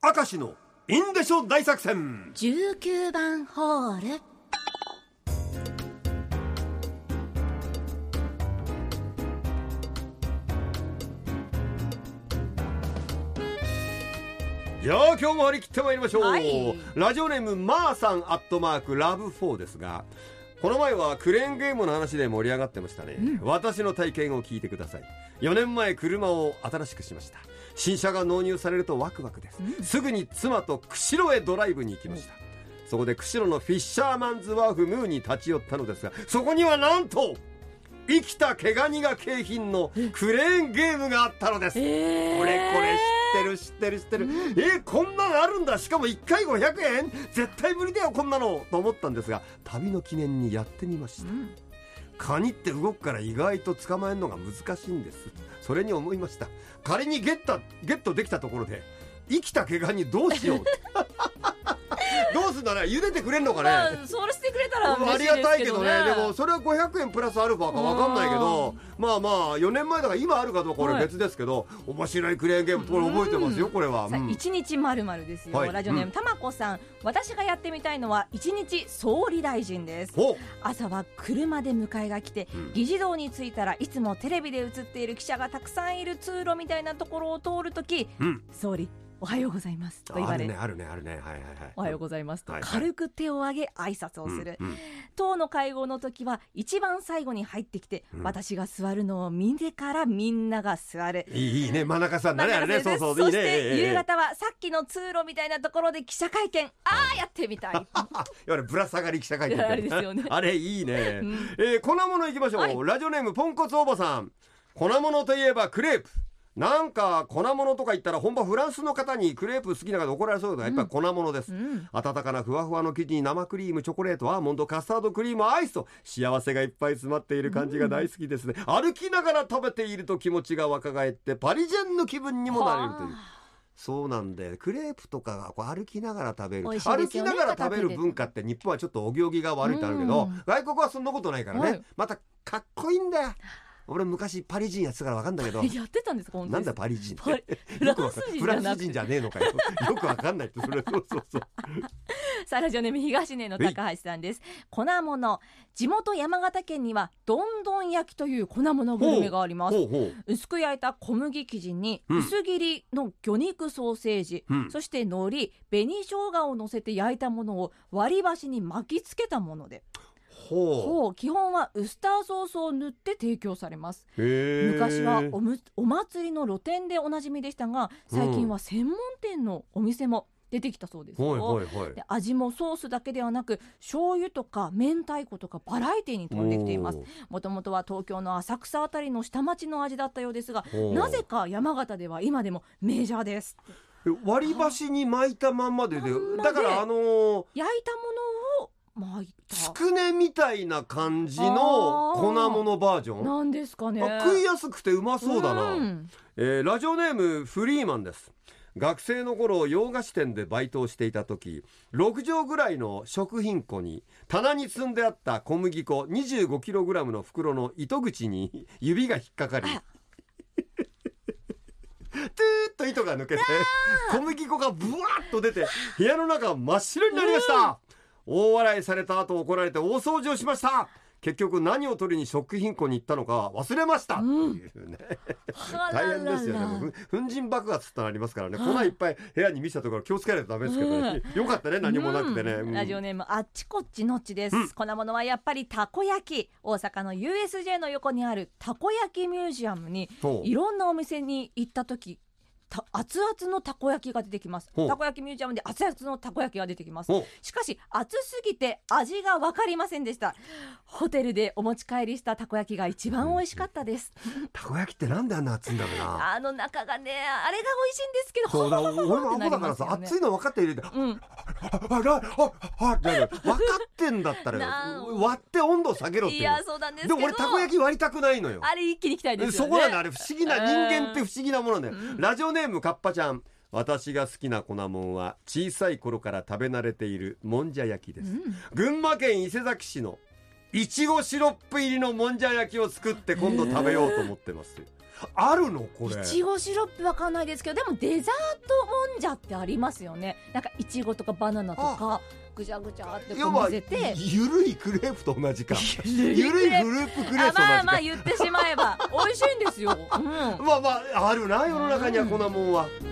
明石のインデショ大作戦 19番ホール。 いやー、今日も張り切ってまいりましょう、 はい、 ラジオネームマーさんアットマークラブ4ですが、この前はクレーンゲームの話で盛り上がってましたね、私の体験を聞いてください。4年前車を新しくしました。新車が納入されるとワクワクです、すぐに妻と釧路へドライブに行きました、そこで釧路のフィッシャーマンズワーフムーに立ち寄ったのですが、そこにはなんと生きた毛ガニが景品のクレーンゲームがあったのです、これ知ってる、こんなのあるんだ、しかも1回500円、絶対無理だよこんなのと思ったんですが、旅の記念にやってみました、カニって動くから意外と捕まえるのが難しいんです。それに思いました。仮にゲットできたところで生きた毛ガニどうしようどうすんだね、茹でてくれんのかね、 そうしてくれたら嬉しいありがたいけどね。 ですけどね。 でもそれは500円プラスアルファか分かんないけど、まあ4年前だから今あるかどうかこれ別ですけど、面白いクレーンゲーム、これ覚えてますよ、これは。 1日丸々ですよ、ラジオネームたまこさん、私がやってみたいのは1日総理大臣です。朝は車で迎えが来て、議事堂に着いたらいつもテレビで映っている記者がたくさんいる通路みたいなところを通るとき、総理おはようございますと言われ、 あるね、 おはようございますと軽く手を挙げ挨拶をする、党の会合の時は一番最後に入ってきて、私が座るのを見てからみんなが座る。 いいね、真中さんだね、あれね、そうそして夕方はさっきの通路みたいなところで記者会見、やってみたい。いわゆるぶら下がり記者会見あれですよね、 あれいいね、粉物いきましょう、ラジオネームポンコツおばさん。粉物といえばクレープ、なんか粉物とか言ったら本場フランスの方にクレープ好きな方怒られそうだけど、やっぱり粉物です、温かなふわふわの生地に生クリーム、チョコレート、アーモンド、カスタードクリーム、アイスと幸せがいっぱい詰まっている感じが大好きですね、歩きながら食べていると気持ちが若返ってパリジェンの気分にもなれるという。そうなんで、クレープとかがこう歩きながら食べる、歩きながら食べる文化って日本はちょっとお行儀が悪いってあるけど、外国はそんなことないからね、またかっこいいんだよ。俺昔パリ人やってたから分かんだけどやってたんですか、 なんだパリ人ってフランス人じゃねえのかよよく分かんないって、それそうさあラジオネーム東根の高橋さんです。粉物、地元山形県にはどんどん焼きという粉物グルメがあります。薄く焼いた小麦生地に薄切りの魚肉ソーセージ、そして海苔、紅生姜を乗せて焼いたものを割り箸に巻きつけたもので、基本はウスターソースを塗って提供されます。昔はお祭りの露店でおなじみでしたが、最近は専門店のお店も出てきたそうですよ。で、味もソースだけではなく醤油とか明太子とかバラエティに飛んできています。もともとは東京の浅草あたりの下町の味だったようですが、なぜか山形では今でもメジャーです。 割り箸に巻いたまんまで、だから焼いたものをつくねみたいな感じの粉物バージョンなんですかね。 食いやすくてうまそうだな、ラジオネームフリーマンです。学生の頃洋菓子店でバイトをしていた時、6畳ぐらいの食品庫に棚に積んであった小麦粉 25kg の袋の糸口に指が引っかかりトゥーッと糸が抜けて小麦粉がブワーッと出て部屋の中真っ白になりました、大笑いされた後怒られて大掃除をしました。結局何を取りに食品庫に行ったのか忘れました、っていうね大変ですよね。粉塵爆発ってのありますからね、粉いっぱい部屋に見せたところ気をつけないとダメですけどね、よかったね、何もなくてね、 ラジオネームあっちこっちのっちです。粉物はやっぱりたこ焼き。大阪の USJ の横にあるたこ焼きミュージアムにいろんなお店に行った時、熱々のたこ焼きが出てきます。たこ焼きミュージアムで熱々のたこ焼きが出てきます。しかし熱すぎて味が分かりませんでした。ホテルでお持ち帰りしたたこ焼きが一番美味しかったです、 たこ焼きってなんであんな熱いんだろうな。 中がね、あれが美味しいんですけど、 そうだ、俺もアホだからさ、熱いの分かって入れて、分かってんだったら割って温度を下げろって。 いや、そうなんですけど、 でも俺たこ焼き割りたくないのよ。 あれ一気にいきたいですよね。 そこなんだ、あれ不思議な、人間って不思議なものね、ラジオネームかっぱちゃん。私が好きな粉もんは小さい頃から食べ慣れているもんじゃ焼きです、群馬県伊勢崎市のいちごシロップ入りのもんじゃ焼きを作って今度食べようと思ってます、 あるのこれ。 いちごシロップわかんないですけど、でもデザートもんじゃってありますよね。なんかいちごとかバナナとかぐちゃぐちゃって混ぜて、 ゆるいクレープと同じか。ゆるいフループクレープと同じか。 まあまあ言ってしまえば美味しいんですよ、 まあまああるな世の中にはこんなもんは。